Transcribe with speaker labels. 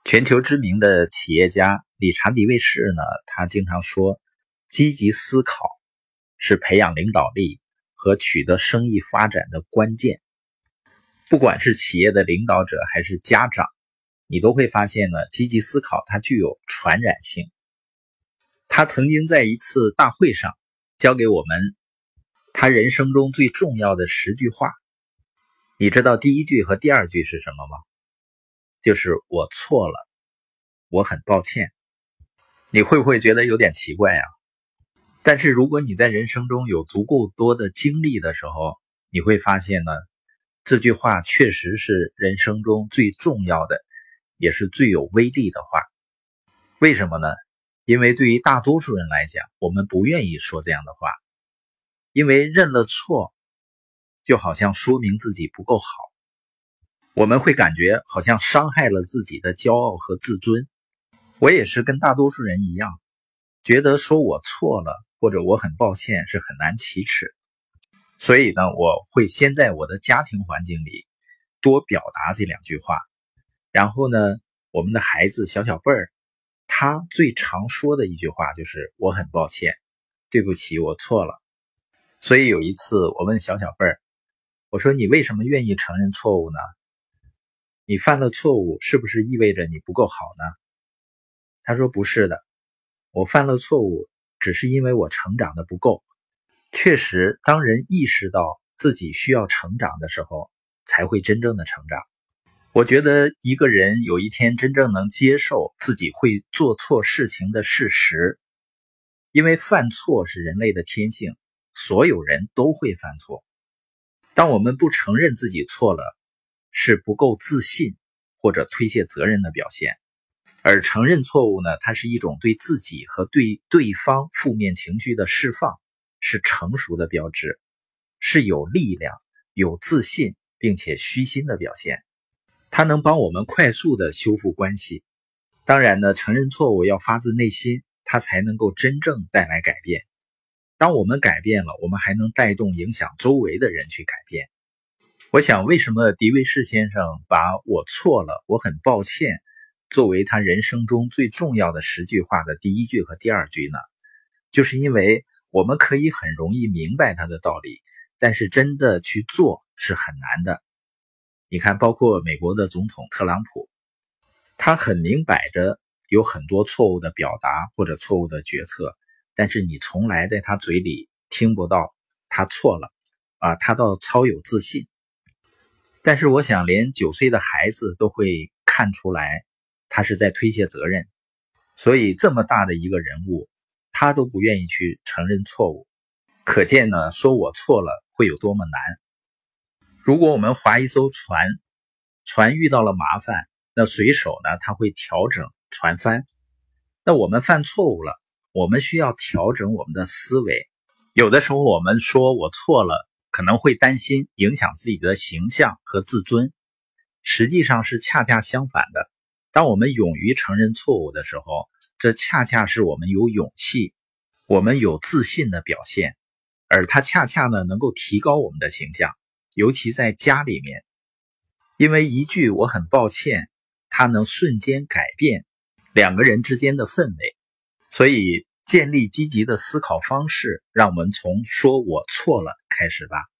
Speaker 1: 全球知名的企业家理查·迪维士呢，他经常说，积极思考是培养领导力和取得生意发展的关键。不管是企业的领导者还是家长，你都会发现呢，积极思考它具有传染性。他曾经在一次大会上教给我们他人生中最重要的10句话。你知道第一句和第二句是什么吗？就是我错了，我很抱歉。你会不会觉得有点奇怪啊？但是如果你在人生中有足够多的经历的时候，你会发现呢，这句话确实是人生中最重要的，也是最有威力的话。为什么呢？因为对于大多数人来讲，我们不愿意说这样的话，因为认了错就好像说明自己不够好，我们会感觉好像伤害了自己的骄傲和自尊。我也是跟大多数人一样，觉得说我错了或者我很抱歉是很难启齿。所以呢，我会先在我的家庭环境里多表达这2句话。然后呢，我们的孩子小辈儿，他最常说的一句话就是我很抱歉，对不起，我错了。所以有一次我问小辈儿，我说你为什么愿意承认错误呢？你犯了错误是不是意味着你不够好呢？他说不是的，我犯了错误只是因为我成长的不够。确实，当人意识到自己需要成长的时候，才会真正的成长。我觉得一个人有一天真正能接受自己会做错事情的事实，因为犯错是人类的天性，所有人都会犯错。当我们不承认自己错了，是不够自信或者推卸责任的表现。而承认错误呢，它是一种对自己和对对方负面情绪的释放，是成熟的标志，是有力量、有自信并且虚心的表现。它能帮我们快速的修复关系。当然呢，承认错误要发自内心，它才能够真正带来改变。当我们改变了，我们还能带动影响周围的人去改变。我想，为什么迪维士先生把我错了，我很抱歉作为他人生中最重要的10句话的第1句和第2句呢？就是因为我们可以很容易明白他的道理，但是真的去做是很难的。你看，包括美国的总统特朗普，他很明摆着有很多错误的表达或者错误的决策，但是你从来在他嘴里听不到他错了他倒超有自信。但是我想连9岁的孩子都会看出来他是在推卸责任，所以这么大的一个人物，他都不愿意去承认错误，可见呢，说我错了会有多么难。如果我们划一艘船，船遇到了麻烦，那水手呢，他会调整船帆。那我们犯错误了，我们需要调整我们的思维。有的时候我们说我错了，可能会担心影响自己的形象和自尊，实际上是恰恰相反的。当我们勇于承认错误的时候，这恰恰是我们有勇气，我们有自信的表现，而它恰恰呢能够提高我们的形象，尤其在家里面。因为一句我很抱歉，它能瞬间改变2个人之间的氛围。所以建立积极的思考方式，让我们从说我错了开始吧。